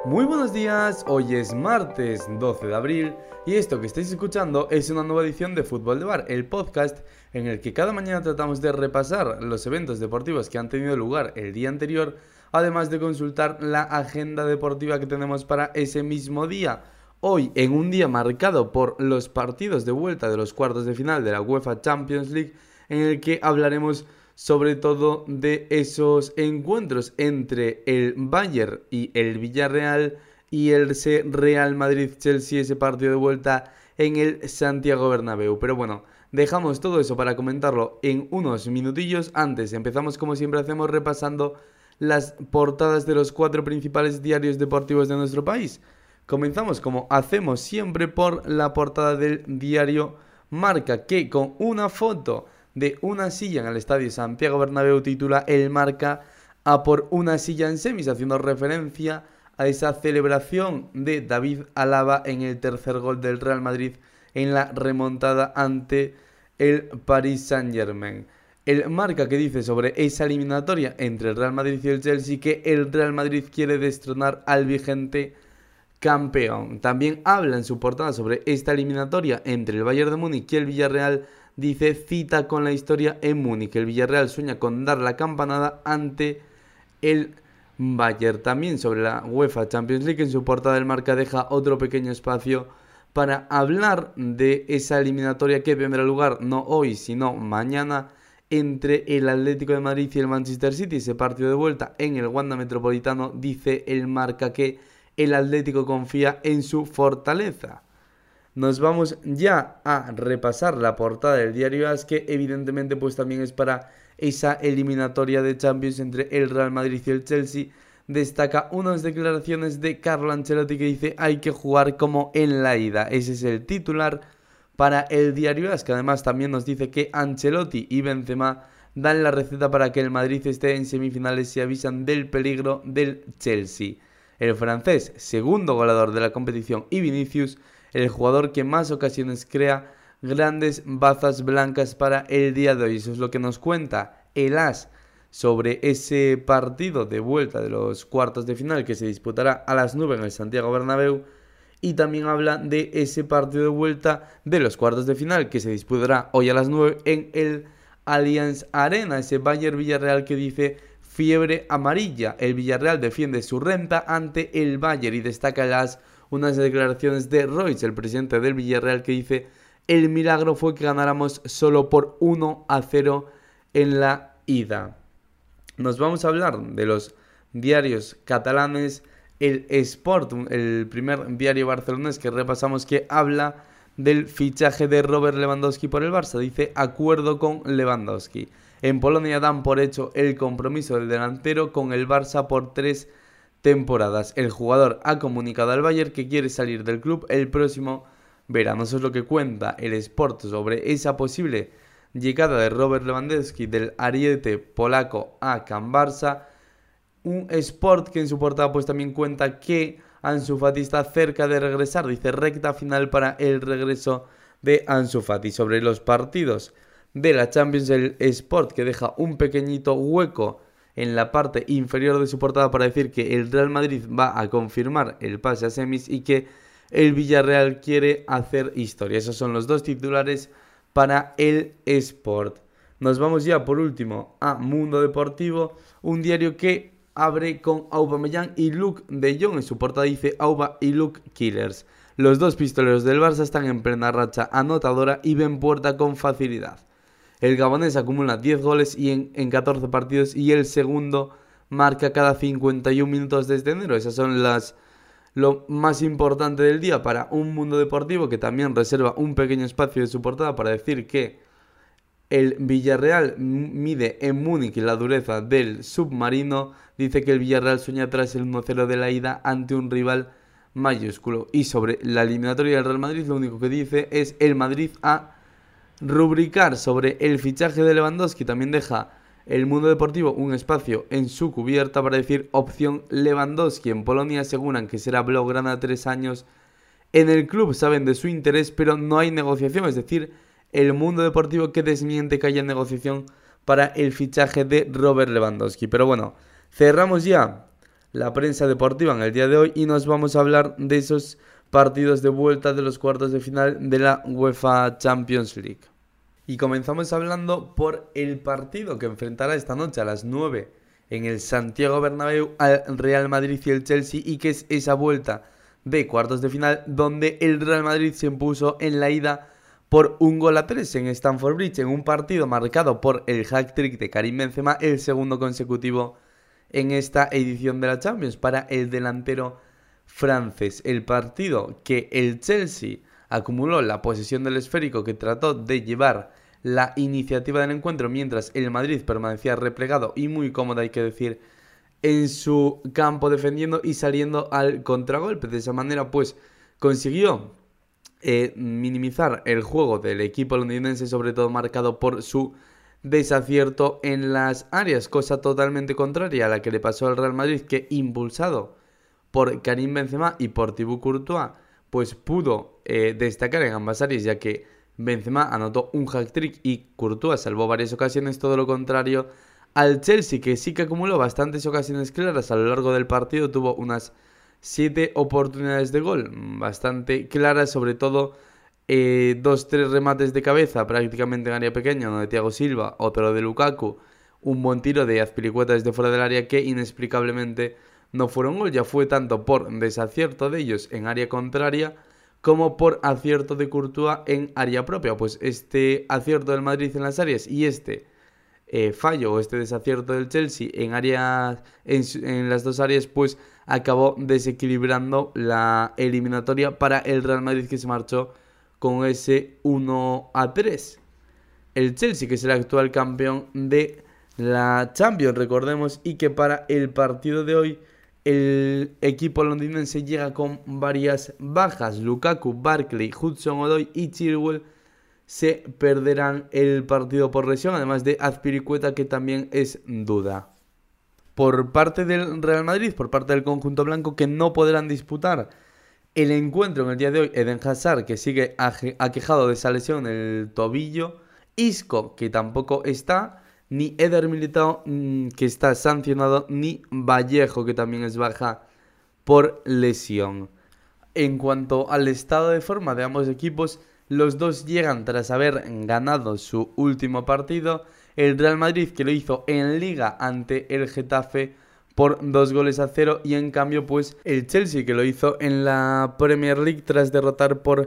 Muy buenos días, hoy es martes 12 de abril y esto que estáis escuchando es una nueva edición de Fútbol de Bar, el podcast en el que cada mañana tratamos de repasar los eventos deportivos que han tenido lugar el día anterior, además de consultar la agenda deportiva que tenemos para ese mismo día. Hoy, en un día marcado por los partidos de vuelta de los cuartos de final de la UEFA Champions League, en el que hablaremos sobre todo de esos encuentros entre el Bayern y el Villarreal y el Real Madrid-Chelsea, ese partido de vuelta en el Santiago Bernabéu. Pero bueno, dejamos todo eso para comentarlo en unos minutillos. Antes empezamos, como siempre hacemos, repasando las portadas de los 4 principales diarios deportivos de nuestro país. Comenzamos, como hacemos siempre, por la portada del diario Marca, que con una foto de una silla en el estadio Santiago Bernabéu titula el Marca a por una silla en semis, haciendo referencia a esa celebración de David Alaba en el tercer gol del Real Madrid en la remontada ante el Paris Saint-Germain. El Marca, que dice sobre esa eliminatoria entre el Real Madrid y el Chelsea que el Real Madrid quiere destronar al vigente campeón. También habla en su portada sobre esta eliminatoria entre el Bayern de Múnich y el Villarreal. Dice: cita con la historia en Múnich. El Villarreal sueña con dar la campanada ante el Bayern. También sobre la UEFA Champions League, en su portada del Marca deja otro pequeño espacio para hablar de esa eliminatoria que tendrá lugar no hoy sino mañana entre el Atlético de Madrid y el Manchester City, ese partido de vuelta en el Wanda Metropolitano. Dice el Marca que el Atlético confía en su fortaleza. Nos vamos ya a repasar la portada del diario AS, que evidentemente pues también es para esa eliminatoria de Champions entre el Real Madrid y el Chelsea. Destaca unas declaraciones de Carlo Ancelotti que dice: hay que jugar como en la ida. Ese es el titular para el diario AS, que además también nos dice que Ancelotti y Benzema dan la receta para que el Madrid esté en semifinales y avisan del peligro del Chelsea. El francés, segundo goleador de la competición, y Vinicius, el jugador que más ocasiones crea, grandes bazas blancas para el día de hoy. Eso es lo que nos cuenta el AS sobre ese partido de vuelta de los cuartos de final que se disputará a las 9 en el Santiago Bernabéu. Y también habla de ese partido de vuelta de los cuartos de final que se disputará hoy a las 9 en el Allianz Arena. Ese Bayern Villarreal que dice: fiebre amarilla. El Villarreal defiende su renta ante el Bayern y destaca el AS unas declaraciones de Royce, el presidente del Villarreal, que dice: el milagro fue que ganáramos solo por 1-0 en la ida. Nos vamos a hablar de los diarios catalanes. El Sport, el primer diario barcelonés que repasamos, que habla del fichaje de Robert Lewandowski por el Barça. Dice: acuerdo con Lewandowski. En Polonia dan por hecho el compromiso del delantero con el Barça por 3 temporadas. El jugador ha comunicado al Bayern que quiere salir del club el próximo verano. Eso es lo que cuenta el Sport sobre esa posible llegada de Robert Lewandowski del ariete polaco a Can Barça. Un Sport que en su portada pues también cuenta que Ansu Fati está cerca de regresar. Dice: recta final para el regreso de Ansu Fati. Sobre los partidos de la Champions, el Sport que deja un pequeñito hueco en la parte inferior de su portada para decir que el Real Madrid va a confirmar el pase a semis y que el Villarreal quiere hacer historia. Esos son los dos titulares para el Sport. Nos vamos ya por último a Mundo Deportivo, un diario que abre con Aubameyang y Luke de Jong. En su portada dice: Auba y Luke Killers. Los dos pistoleros del Barça están en plena racha anotadora y ven puerta con facilidad. El gabonés acumula 10 goles en 14 partidos y el segundo marca cada 51 minutos desde enero. Esas son lo más importante del día para un Mundo Deportivo, que también reserva un pequeño espacio de su portada para decir que el Villarreal mide en Múnich la dureza del submarino. Dice que el Villarreal sueña tras el 1-0 de la ida ante un rival mayúsculo. Y sobre la eliminatoria del Real Madrid, lo único que dice es: el Madrid a rubricar. Sobre el fichaje de Lewandowski también deja el Mundo Deportivo un espacio en su cubierta para decir: opción Lewandowski. En Polonia aseguran que será blaugrana 3 años en el club. Saben de su interés, pero no hay negociación. Es decir, el Mundo Deportivo que desmiente que haya negociación para el fichaje de Robert Lewandowski. Pero bueno, cerramos ya la prensa deportiva en el día de hoy y nos vamos a hablar de esos partidos de vuelta de los cuartos de final de la UEFA Champions League. Y comenzamos hablando por el partido que enfrentará esta noche a las 9 en el Santiago Bernabéu al Real Madrid y el Chelsea, y que es esa vuelta de cuartos de final donde el Real Madrid se impuso en la ida por 1-3 en Stamford Bridge, en un partido marcado por el hat-trick de Karim Benzema, el segundo consecutivo en esta edición de la Champions para el delantero francés. El partido que el Chelsea acumuló la posesión del esférico, que trató de llevar la iniciativa del encuentro, mientras el Madrid permanecía replegado y muy cómodo, hay que decir, en su campo defendiendo y saliendo al contragolpe. De esa manera pues consiguió minimizar el juego del equipo londinense, sobre todo marcado por su desacierto en las áreas, cosa totalmente contraria a la que le pasó al Real Madrid, que impulsado por Karim Benzema y por Thibaut Courtois pues pudo destacar en ambas áreas, ya que Benzema anotó un hat-trick y Courtois salvó varias ocasiones, todo lo contrario al Chelsea, que sí que acumuló bastantes ocasiones claras a lo largo del partido. Tuvo unas 7 oportunidades de gol bastante claras, sobre todo 2-3 remates de cabeza prácticamente en área pequeña, uno de Thiago Silva, otro de Lukaku, un buen tiro de Azpilicueta desde fuera del área que inexplicablemente no fueron gol. Ya fue tanto por desacierto de ellos en área contraria como por acierto de Courtois en área propia. Pues este acierto del Madrid en las áreas y este fallo o este desacierto del Chelsea en las dos áreas pues acabó desequilibrando la eliminatoria para el Real Madrid, que se marchó con ese 1-3. El Chelsea, que es el actual campeón de la Champions, recordemos, y que para el partido de hoy el equipo londinense llega con varias bajas. Lukaku, Barkley, Hudson-Odoi y Chilwell se perderán el partido por lesión, además de Azpilicueta, que también es duda. Por parte del Real Madrid, por parte del conjunto blanco, que no podrán disputar el encuentro en el día de hoy, Eden Hazard, que sigue aquejado de esa lesión en el tobillo, Isco, que tampoco está, ni Eder Militao, que está sancionado, ni Vallejo, que también es baja por lesión. En cuanto al estado de forma de ambos equipos, los dos llegan tras haber ganado su último partido. El Real Madrid, que lo hizo en Liga ante el Getafe por 2-0, y en cambio pues el Chelsea, que lo hizo en la Premier League tras derrotar por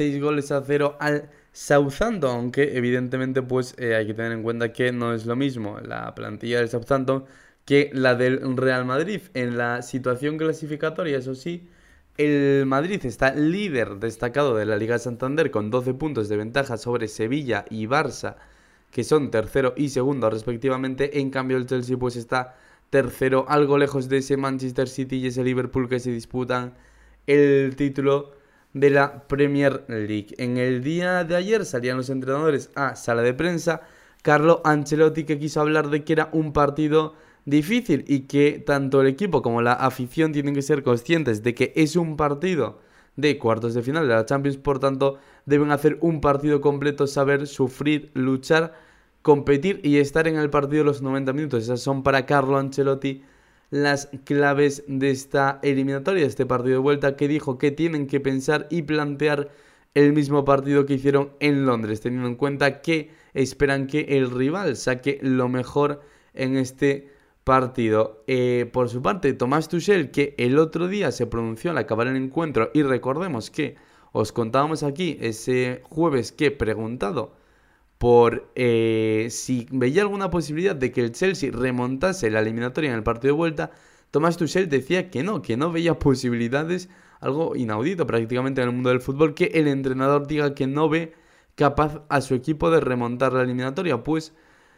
6-0 al Southampton, aunque evidentemente pues hay que tener en cuenta que no es lo mismo la plantilla del Southampton que la del Real Madrid. En la situación clasificatoria, eso sí, el Madrid está líder destacado de la Liga Santander con 12 puntos de ventaja sobre Sevilla y Barça, que son tercero y segundo respectivamente. En cambio el Chelsea pues está tercero, algo lejos de ese Manchester City y ese Liverpool, que se disputan el título de la Premier League. En el día de ayer salían los entrenadores a sala de prensa. Carlo Ancelotti, que quiso hablar de que era un partido difícil y que tanto el equipo como la afición tienen que ser conscientes de que es un partido de cuartos de final de la Champions, por tanto deben hacer un partido completo, saber sufrir, luchar, competir y estar en el partido los 90 minutos. Esas son para Carlo Ancelotti las claves de esta eliminatoria, de este partido de vuelta, que dijo que tienen que pensar y plantear el mismo partido que hicieron en Londres, teniendo en cuenta que esperan que el rival saque lo mejor en este partido. Por su parte, Thomas Tuchel, que el otro día se pronunció al acabar el encuentro, y recordemos que os contábamos aquí ese jueves que, preguntado por si veía alguna posibilidad de que el Chelsea remontase la eliminatoria en el partido de vuelta, Thomas Tuchel decía que no veía posibilidades, algo inaudito prácticamente en el mundo del fútbol, que el entrenador diga que no ve capaz a su equipo de remontar la eliminatoria. Pues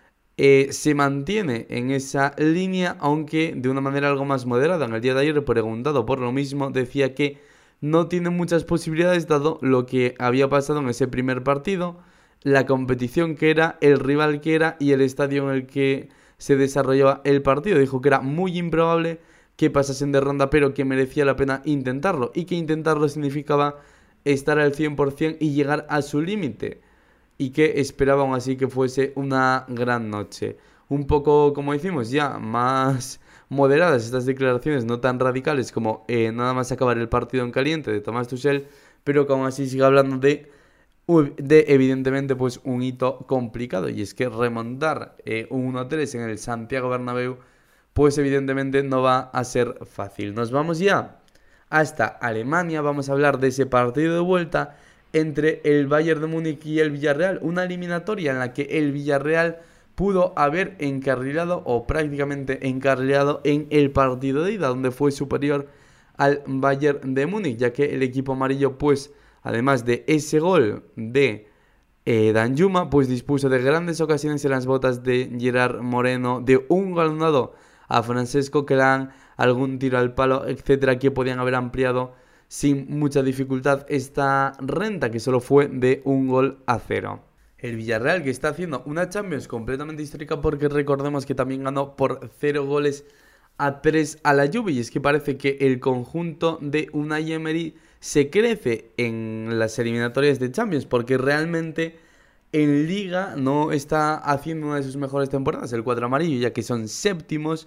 se mantiene en esa línea, aunque de una manera algo más moderada. En el día de ayer, preguntado por lo mismo, decía que no tiene muchas posibilidades dado lo que había pasado en ese primer partido, la competición que era, el rival que era y el estadio en el que se desarrollaba el partido. Dijo que era muy improbable que pasasen de ronda, pero que merecía la pena intentarlo, y que intentarlo significaba estar al 100% y llegar a su límite, y que esperaba aún así que fuese una gran noche. Un poco, como decimos, ya más moderadas estas declaraciones, no tan radicales como nada más acabar el partido en caliente de Thomas Tuchel, pero que aún así sigue hablando de evidentemente pues un hito complicado, y es que remontar un 1-3 en el Santiago Bernabéu pues evidentemente no va a ser fácil. Nos vamos ya hasta Alemania, vamos a hablar de ese partido de vuelta entre el Bayern de Múnich y el Villarreal, una eliminatoria en la que el Villarreal pudo haber encarrilado o prácticamente encarrilado en el partido de ida, donde fue superior al Bayern de Múnich, ya que el equipo amarillo pues además de ese gol de Danjuma, pues dispuso de grandes ocasiones en las botas de Gerard Moreno, de un gol dado a Francesco Kelan, algún tiro al palo, etcétera, que podían haber ampliado sin mucha dificultad esta renta, que solo fue de 1-0. El Villarreal, que está haciendo una Champions completamente histórica, porque recordemos que también ganó por 0-3 a la Juve, y es que parece que el conjunto de Unai Emery se crece en las eliminatorias de Champions, porque realmente en Liga no está haciendo una de sus mejores temporadas, el cuadro amarillo, ya que son séptimos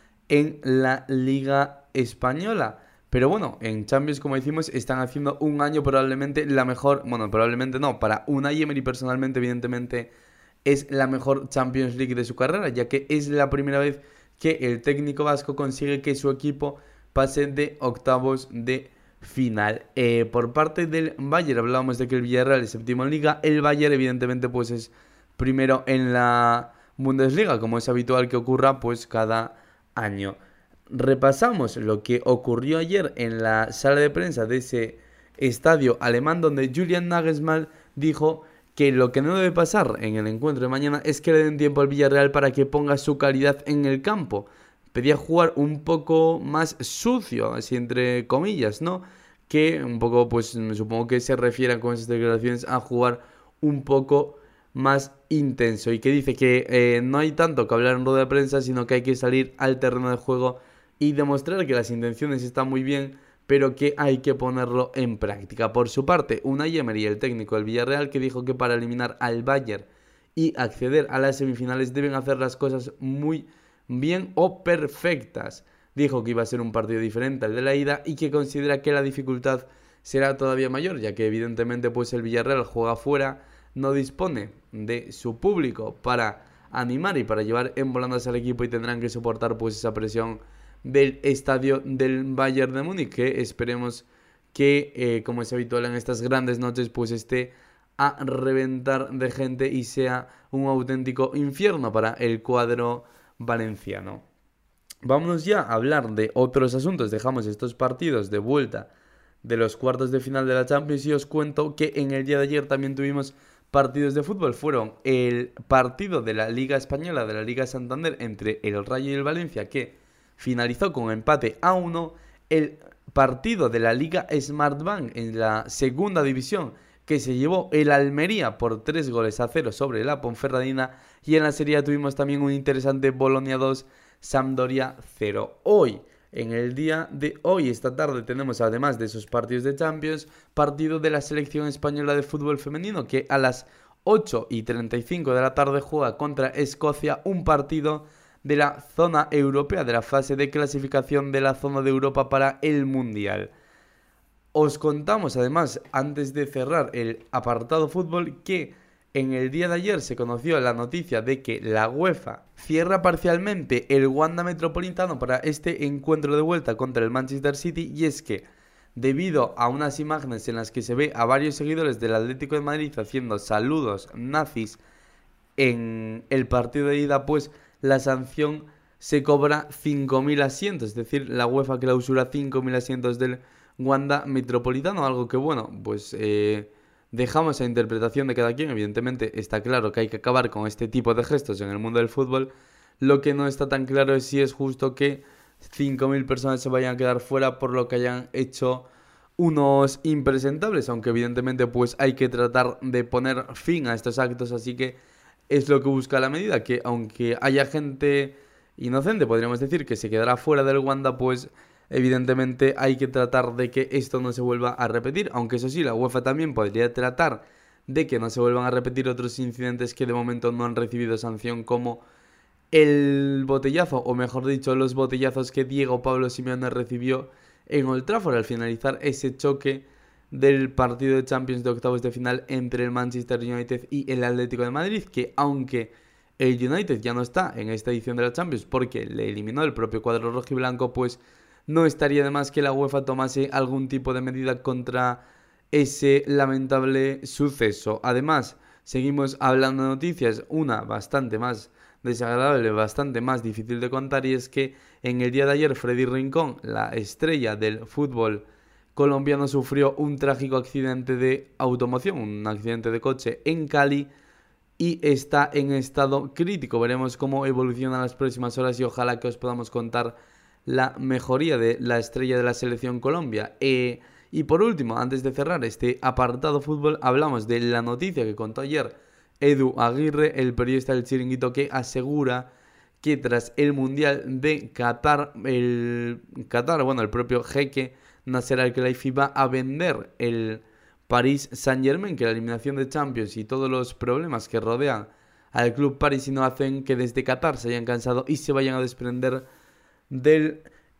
en la Liga Española. Pero bueno, en Champions, como decimos, están haciendo un año probablemente la mejor, bueno, probablemente no, para Unai Emery personalmente, evidentemente, es la mejor Champions League de su carrera, ya que es la primera vez que el técnico vasco consigue que su equipo pase de octavos de final. Por parte del Bayern, hablábamos de que el Villarreal es séptimo en Liga, el Bayern evidentemente pues es primero en la Bundesliga, como es habitual que ocurra pues cada año. Repasamos lo que ocurrió ayer en la sala de prensa de ese estadio alemán, donde Julian Nagelsmann dijo que lo que no debe pasar en el encuentro de mañana es que le den tiempo al Villarreal para que ponga su calidad en el campo. Pedía jugar un poco más sucio, así entre comillas, ¿no? Que un poco, pues supongo que se refieran con esas declaraciones a jugar un poco más intenso, y que dice que no hay tanto que hablar en rueda de prensa, sino que hay que salir al terreno de juego y demostrar que las intenciones están muy bien, pero que hay que ponerlo en práctica. Por su parte, Unai Emery, el técnico del Villarreal, que dijo que para eliminar al Bayern y acceder a las semifinales deben hacer las cosas muy bien o perfectas. Dijo que iba a ser un partido diferente al de la ida y que considera que la dificultad será todavía mayor, ya que evidentemente pues el Villarreal juega fuera, no dispone de su público para animar y para llevar en volandas al equipo, y tendrán que soportar pues esa presión del estadio del Bayern de Múnich, que esperemos que, como es habitual en estas grandes noches, pues esté a reventar de gente y sea un auténtico infierno para el cuadro valenciano. Vámonos ya a hablar de otros asuntos. Dejamos estos partidos de vuelta de los cuartos de final de la Champions y os cuento que en el día de ayer también tuvimos partidos de fútbol. Fueron el partido de la Liga Española, de la Liga Santander, entre el Rayo y el Valencia, que finalizó con empate a 1. El partido de la Liga Smartbank en la segunda división, que se llevó el Almería por 3-0 sobre la Ponferradina. Y en la Serie A tuvimos también un interesante Bolonia 2, Sampdoria 0. Hoy, en el día de hoy, esta tarde, tenemos, además de esos partidos de Champions, partido de la selección española de fútbol femenino, que a las 8:35 de la tarde juega contra Escocia, un partido de la zona europea, de la fase de clasificación de la zona de Europa para el Mundial. Os contamos además, antes de cerrar el apartado fútbol, que en el día de ayer se conoció la noticia de que la UEFA cierra parcialmente el Wanda Metropolitano para este encuentro de vuelta contra el Manchester City, y es que debido a unas imágenes en las que se ve a varios seguidores del Atlético de Madrid haciendo saludos nazis en el partido de ida, pues la sanción se cobra 5.000 asientos, es decir, la UEFA clausura 5.000 asientos del Wanda Metropolitano, algo que bueno, pues dejamos a interpretación de cada quien. Evidentemente está claro que hay que acabar con este tipo de gestos en el mundo del fútbol. Lo que no está tan claro es si es justo que 5.000 personas se vayan a quedar fuera por lo que hayan hecho unos impresentables, aunque evidentemente pues hay que tratar de poner fin a estos actos, así que es lo que busca la medida, que aunque haya gente inocente, podríamos decir, que se quedará fuera del Wanda, pues evidentemente hay que tratar de que esto no se vuelva a repetir, aunque eso sí, la UEFA también podría tratar de que no se vuelvan a repetir otros incidentes que de momento no han recibido sanción, como el botellazo, o mejor dicho, los botellazos que Diego Pablo Simeone recibió en Old Trafford al finalizar ese choque del partido de Champions de octavos de final entre el Manchester United y el Atlético de Madrid, que aunque el United ya no está en esta edición de la Champions porque le eliminó el propio cuadro rojiblanco, pues no estaría de más que la UEFA tomase algún tipo de medida contra ese lamentable suceso. Además, seguimos hablando de noticias, una bastante más desagradable, bastante más difícil de contar, y es que en el día de ayer Freddy Rincón, la estrella del fútbol colombiano, sufrió un trágico accidente de automoción, un accidente de coche en Cali, y está en estado crítico. Veremos cómo evoluciona las próximas horas y ojalá que os podamos contar la mejoría de la estrella de la selección Colombia. Y por último, antes de cerrar este apartado fútbol, hablamos de la noticia que contó ayer Edu Aguirre, el periodista del Chiringuito, que asegura que tras el Mundial de Qatar, el propio jeque Nasser Al-Khelaifi va a vender el Paris Saint-Germain, que la eliminación de Champions y todos los problemas que rodean al club parisino hacen que desde Qatar se hayan cansado y se vayan a desprender del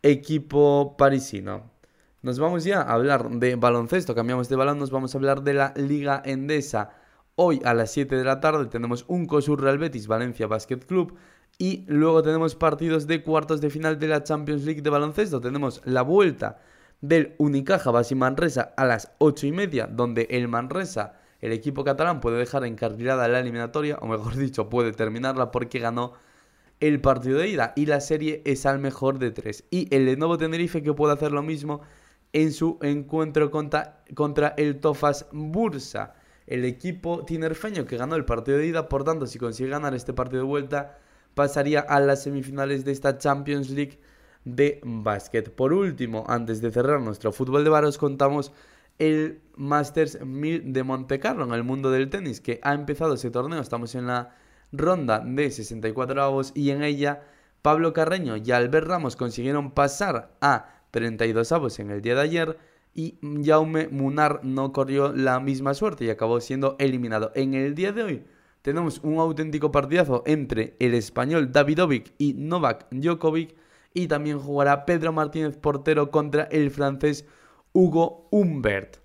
equipo parisino. Nos vamos ya a hablar de baloncesto, cambiamos de balón, nos vamos a hablar de la Liga Endesa. Hoy a las 7 de la tarde tenemos un COSUR Real Betis Valencia Basket Club y luego tenemos partidos de cuartos de final de la Champions League de baloncesto. Tenemos la vuelta del Unicaja Bassi Manresa a las 8:30, donde el Manresa, el equipo catalán, puede dejar encarrilada la eliminatoria, o mejor dicho, puede terminarla porque ganó el partido de ida y la serie es al mejor de 3. Y el Lenovo Tenerife, que puede hacer lo mismo en su encuentro contra el Tofas Bursa, el equipo tinerfeño que ganó el partido de ida. Por tanto, si consigue ganar este partido de vuelta, pasaría a las semifinales de esta Champions League de básquet. Por último, antes de cerrar nuestro fútbol de bar, os contamos el Masters 1000 de Montecarlo en el mundo del tenis, que ha empezado ese torneo. Estamos en la ronda de 64 avos y en ella Pablo Carreño y Albert Ramos consiguieron pasar a 32 avos en el día de ayer, y Jaume Munar no corrió la misma suerte y acabó siendo eliminado. En el día de hoy tenemos un auténtico partidazo entre el español Davidovic y Novak Djokovic, y también jugará Pedro Martínez Portero contra el francés Hugo Humbert.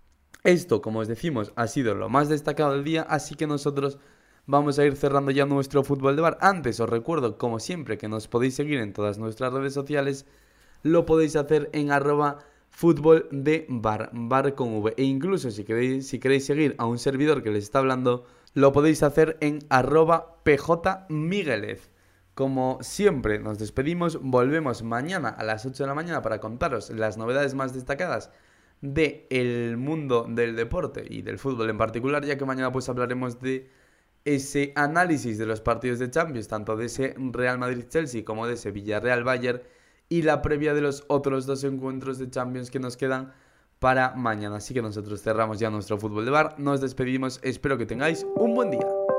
Esto, como os decimos, ha sido lo más destacado del día, así que nosotros vamos a ir cerrando ya nuestro fútbol de bar. Antes os recuerdo, como siempre, que nos podéis seguir en todas nuestras redes sociales. Lo podéis hacer en @futboldebar, bar con V. E incluso si queréis seguir a un servidor que les está hablando, lo podéis hacer en @pjmiguelez. Como siempre, nos despedimos. Volvemos mañana a las 8 de la mañana para contaros las novedades más destacadas del mundo del deporte y del fútbol en particular, ya que mañana pues hablaremos de ese análisis de los partidos de Champions, tanto de ese Real Madrid-Chelsea como de ese Villarreal-Bayern, y la previa de los otros dos encuentros de Champions que nos quedan para mañana. Así que nosotros cerramos ya nuestro fútbol de bar, nos despedimos, espero que tengáis un buen día.